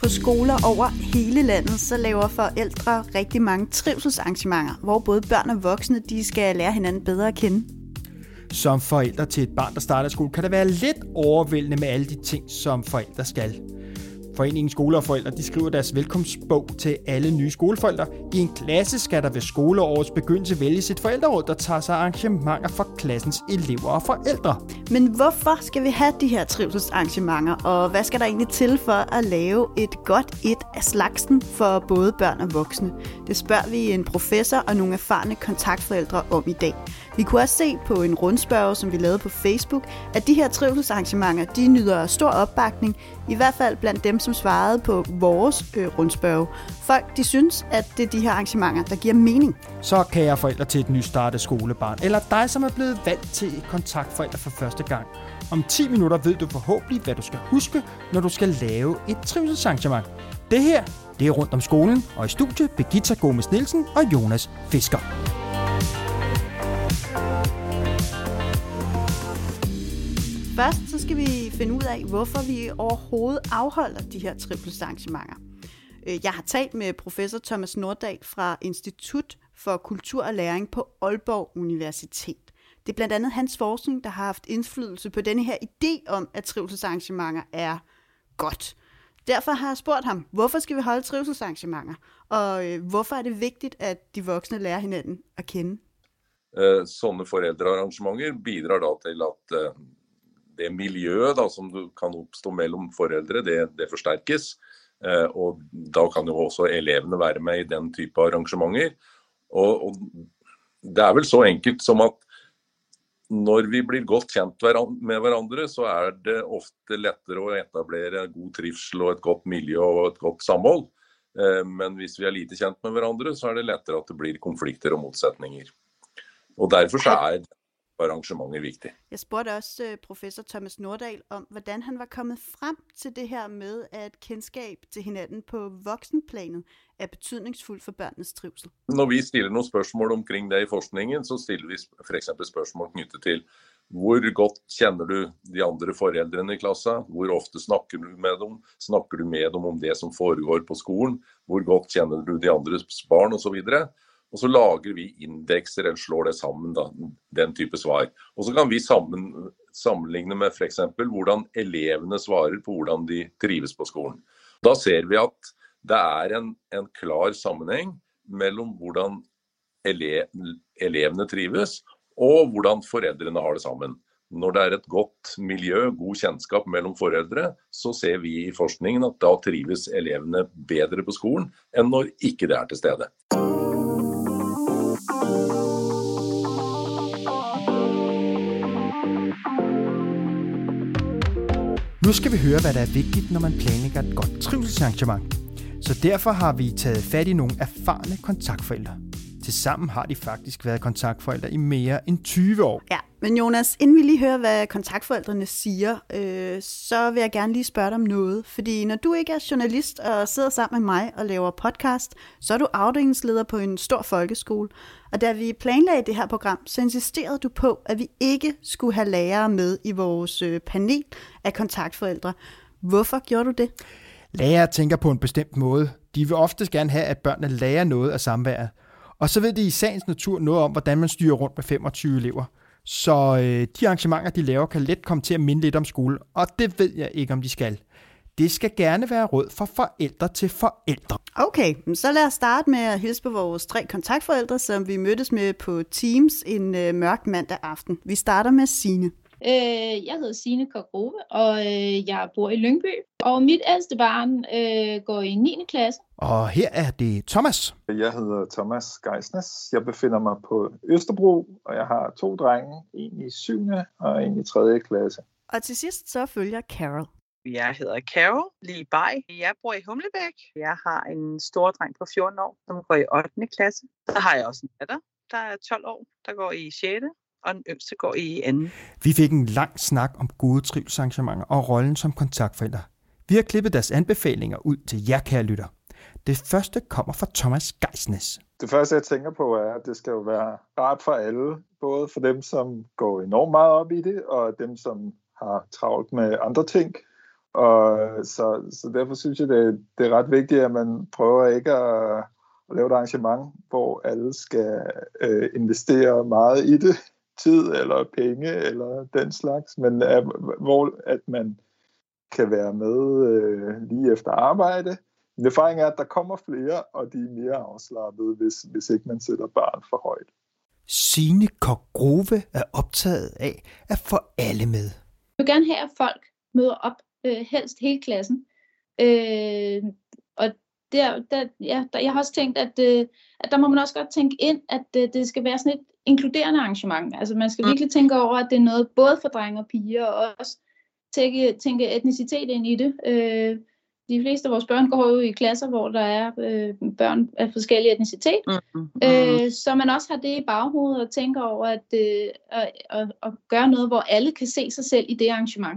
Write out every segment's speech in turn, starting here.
På skoler over hele landet, så laver forældre rigtig mange trivselsarrangementer, hvor både børn og voksne de skal lære hinanden bedre at kende. Som forældre til et barn, der starter i skole, kan det være lidt overvældende med alle de ting, som forældre skal. Foreningen Skole og Forældre de skriver deres velkomstbog til alle nye skoleforældre. I en klasse skal der ved skoleårets begyndelse vælges et forældreråd, der tager sig arrangementer for klassens elever og forældre. Men hvorfor skal vi have de her trivselsarrangementer, og hvad skal der egentlig til for at lave et godt et af slagsen for både børn og voksne? Det spørger vi en professor og nogle erfarne kontaktforældre om i dag. Vi kunne også se på en rundspørge, som vi lavede på Facebook, at de her trivselsarrangementer, de nyder stor opbakning, i hvert fald blandt dem, som svarede på vores rundspørge. Folk, de synes, at det er de her arrangementer, der giver mening. Så kære forældre til et nystartet skolebarn, eller dig, som er blevet valgt til et kontaktforældre for første gang. Om 10 minutter ved du forhåbentlig, hvad du skal huske, når du skal lave et trivselsarrangement. Det her, det er rundt om skolen, og i studiet Birgitta Gomes Nielsen og Jonas Fisker. Først så skal vi finde ud af, hvorfor vi overhovedet afholder de her trivselsarrangementer. Jeg har talt med professor Thomas Nordahl fra Institut for Kultur og Læring på Aalborg Universitet. Det er blandt andet hans forskning, der har haft indflydelse på denne her idé om, at trivselsarrangementer er godt. Derfor har jeg spurgt ham, hvorfor skal vi holde trivselsarrangementer, og hvorfor er det vigtigt, at de voksne lærer hinanden at kende? Sånne forældrearrangementer bidrar da til, at det miljøet da, som du kan opstå mellom forældre, det forstærkes. Og da kan jo også eleverne være med i den type arrangementer. Og det er vel så enkelt som at når vi blir godt kjent med hverandre, så er det ofte lettere å etablere god trivsel og et godt miljø og et godt samhold. Men hvis vi er lite kjent med hverandre, så er det lettere at det blir konflikter og motsetninger. Og derfor så er arrangementer vigtig. Jeg spurgte også professor Thomas Nordahl om, hvordan han var kommet frem til det her med, at kendskab til hinanden på voksenplanet er betydningsfuldt for børnenes trivsel. Når vi stiller nogle spørgsmål omkring det i forskningen, så stiller vi for eksempel spørgsmål knyttet til, hvor godt kender du de andre forældrene i klassen? Hvor ofte snakker du med dem? Snakker du med dem om det, som foregår på skolen? Hvor godt kender du de andres barn, og så videre? Og så lager vi indekser eller slår det sammen, da, den type svar. Og så kan vi sammenligne med for eksempel hvordan elevene svarer på hvordan de trives på skolen. Da ser vi at det er en klar sammenhæng mellom hvordan elevene trives og hvordan forældrene har det sammen. Når det er et godt miljø, god kjennskap mellom forældre, så ser vi i forskningen at da trives elevene bedre på skolen enn når ikke det er til stede. Nu skal vi høre, hvad der er vigtigt, når man planlægger et godt trivselsarrangement. Så derfor har vi taget fat i nogle erfarne kontaktforældre. Tilsammen har de faktisk været kontaktforældre i mere end 20 år. Ja, men Jonas, inden vi lige hører, hvad kontaktforældrene siger, så vil jeg gerne lige spørge dig om noget. Fordi når du ikke er journalist og sidder sammen med mig og laver podcast, så er du afdelingsleder på en stor folkeskole. Og da vi planlagde det her program, så insisterede du på, at vi ikke skulle have lærere med i vores panel af kontaktforældre. Hvorfor gjorde du det? Lærere tænker på en bestemt måde. De vil oftest gerne have, at børnene lærer noget af samværet. Og så ved de i sagens natur noget om, hvordan man styrer rundt med 25 elever. Så de arrangementer, de laver, kan let komme til at minde lidt om skole, og det ved jeg ikke, om de skal. Det skal gerne være råd fra forældre til forældre. Okay, så lad os starte med at hilse på vores 3 kontaktforældre, som vi mødtes med på Teams en mørk mandag aften. Vi starter med Signe. Jeg hedder Signe Kok-Grove, og jeg bor i Lyngby. Og mit ældste barn går i 9. klasse. Og her er det Thomas. Jeg hedder Thomas Geisnes. Jeg befinder mig på Østerbro, og jeg har 2 drenge. En i 7. og en i 3. klasse. Og til sidst så følger Carol. Jeg hedder Carol Liebej. Jeg bor i Humlebæk. Jeg har en stor dreng på 14 år, som går i 8. klasse. Så har jeg også en datter, der er 12 år, der går i 6. og den yngste går i 2. Vi fik en lang snak om gode trivselsarrangementer og rollen som kontaktforældre. Vi har klippet deres anbefalinger ud til jer, kære lytter. Det første kommer fra Thomas Geisnes. Det første, jeg tænker på, er, at det skal jo være rart for alle. Både for dem, som går enormt meget op i det, og dem, som har travlt med andre ting. Og så derfor synes jeg, det er ret vigtigt, at man prøver ikke at lave et arrangement, hvor alle skal investere meget i det, tid eller penge eller den slags, men hvor at man kan være med lige efter arbejde. Min erfaring er, at der kommer flere, og de er mere afslappede, hvis ikke man sætter barn for højt. Signe Koch-Grove er optaget af at få alle med. Jeg vil gerne have, at folk møder op, helst hele klassen. Og jeg har også tænkt, at der må man også godt tænke ind, at det skal være sådan et inkluderende arrangement. Altså man skal virkelig tænke over, at det er noget både for drenge og piger, og også tænke etnicitet ind i det. De fleste af vores børn går jo i klasser, hvor der er børn af forskellige etnicitet. Så man også har det i baghovedet og tænker over at gøre noget, hvor alle kan se sig selv i det arrangement.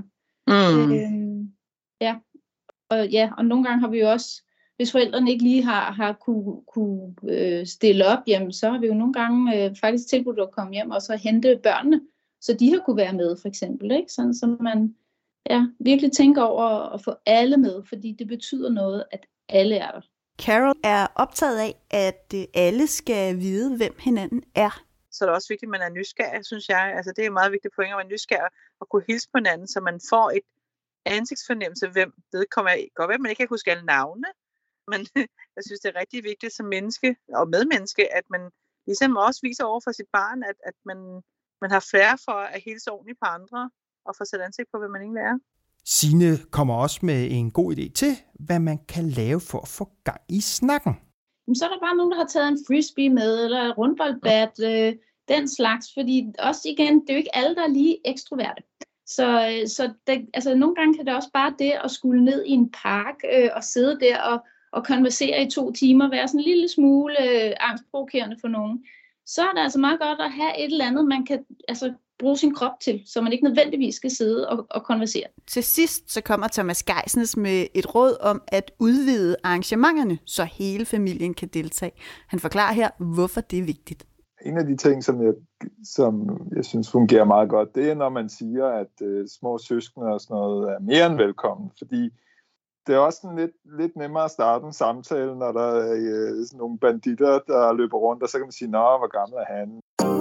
Og nogle gange har vi jo også, hvis forældrene ikke lige har kunne stille op, jamen, så har vi jo nogle gange faktisk tilbudt at komme hjem og så hente børnene, så de har kunne være med for eksempel. Ikke? Sådan, så man virkelig tænker over at få alle med, fordi det betyder noget, at alle er der. Carol er optaget af, at alle skal vide, hvem hinanden er. Så er det også vigtigt, at man er nysgerrig, synes jeg. Altså, det er meget vigtigt point at være nysgerrig og kunne hilse på hinanden, så man får et ansigtsfornemmelse, hvem vedkommer er. Godt være, at man ikke kan huske alle navne, men jeg synes, det er rigtig vigtigt som menneske og medmenneske, at man ligesom også viser over for sit barn, at man har færre for at hilse ordentligt på andre og få sat ansigt på, hvem man egentlig er. Signe kommer også med en god idé til, hvad man kan lave for at få gang i snakken. Så er der bare nogen, der har taget en frisbee med, eller et rundboldbat, den slags, fordi også igen, det er jo ikke alle, der er lige ekstroverte. Så det, nogle gange kan det også bare det at skulle ned i en park og sidde der og konversere i 2 timer, være sådan en lille smule angstprovokerende for nogen. Så er det altså meget godt at have et eller andet, man kan bruge sin krop til, så man ikke nødvendigvis skal sidde og konversere. Til sidst så kommer Thomas Geisnes med et råd om at udvide arrangementerne, så hele familien kan deltage. Han forklarer her, hvorfor det er vigtigt. En af de ting, som jeg synes fungerer meget godt, det er, når man siger, at små søskende og sådan noget er mere end velkommen, fordi det er også sådan lidt nemmere at starte en samtale, når der er sådan nogle banditter, der løber rundt, og så kan man sige, nå, hvor gammel er han?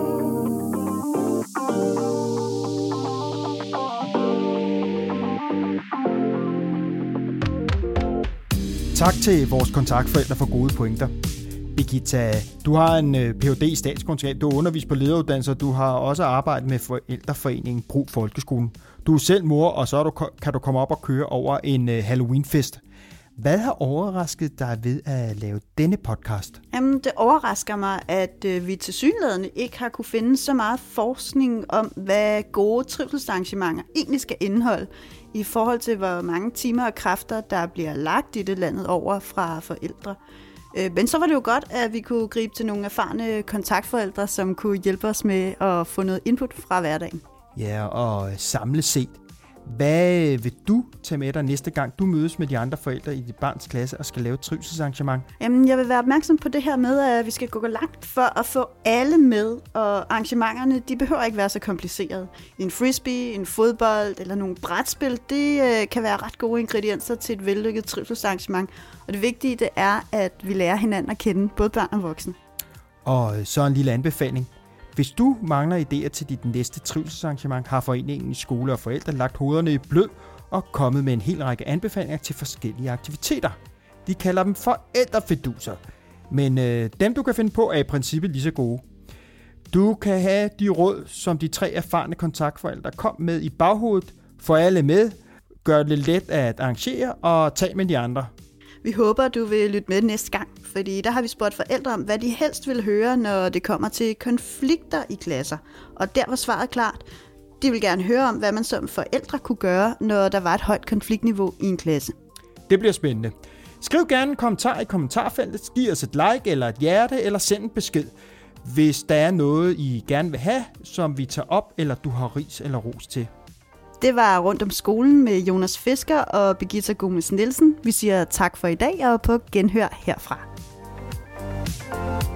Tak til vores kontaktforældre for gode pointer. Birgitta, du har en Ph.D. i statskundskab, du har undervist på lederuddannelser, du har også arbejdet med forældreforeningen Brug Folkeskolen. Du er selv mor, og så kan du komme op og køre over en Halloweenfest. Hvad har overrasket dig ved at lave denne podcast? Jamen, det overrasker mig, at vi tilsyneladende ikke har kunne finde så meget forskning om, hvad gode trivselsarrangementer egentlig skal indeholde, i forhold til, hvor mange timer og kræfter, der bliver lagt i det landet over fra forældre. Men så var det jo godt, at vi kunne gribe til nogle erfarne kontaktforældre, som kunne hjælpe os med at få noget input fra hverdagen. Ja, og samlet set, hvad vil du tage med dig næste gang, du mødes med de andre forældre i dit barns klasse og skal lave et trivselsarrangement? Jamen, jeg vil være opmærksom på det her med, at vi skal gå langt for at få alle med, og arrangementerne, de behøver ikke være så komplicerede. En frisbee, en fodbold eller nogle brætspil, det kan være ret gode ingredienser til et vellykket trivselsarrangement. Og det vigtige, det er, at vi lærer hinanden at kende, både børn og voksne. Og så en lille anbefaling. Hvis du mangler idéer til dit næste trivselsarrangement, har foreningen Skole og Forældre lagt hovederne i blød og kommet med en hel række anbefalinger til forskellige aktiviteter. De kalder dem forældrefiduser, men dem du kan finde på er i princippet lige så gode. Du kan have de råd, som de 3 erfarne kontaktforældre kom med i baghovedet, få alle med, gør det let at arrangere og tage med de andre. Vi håber, du vil lytte med næste gang, fordi der har vi spurgt forældre om, hvad de helst vil høre, når det kommer til konflikter i klasser. Og der var svaret klart. De vil gerne høre om, hvad man som forældre kunne gøre, når der var et højt konfliktniveau i en klasse. Det bliver spændende. Skriv gerne en kommentar i kommentarfeltet, giv os et like eller et hjerte, eller send en besked, hvis der er noget, I gerne vil have, som vi tager op, eller du har ris eller ros til. Det var Rundt om skolen med Jonas Fisker og Birgitta Gomes Nielsen. Vi siger tak for i dag og på genhør herfra.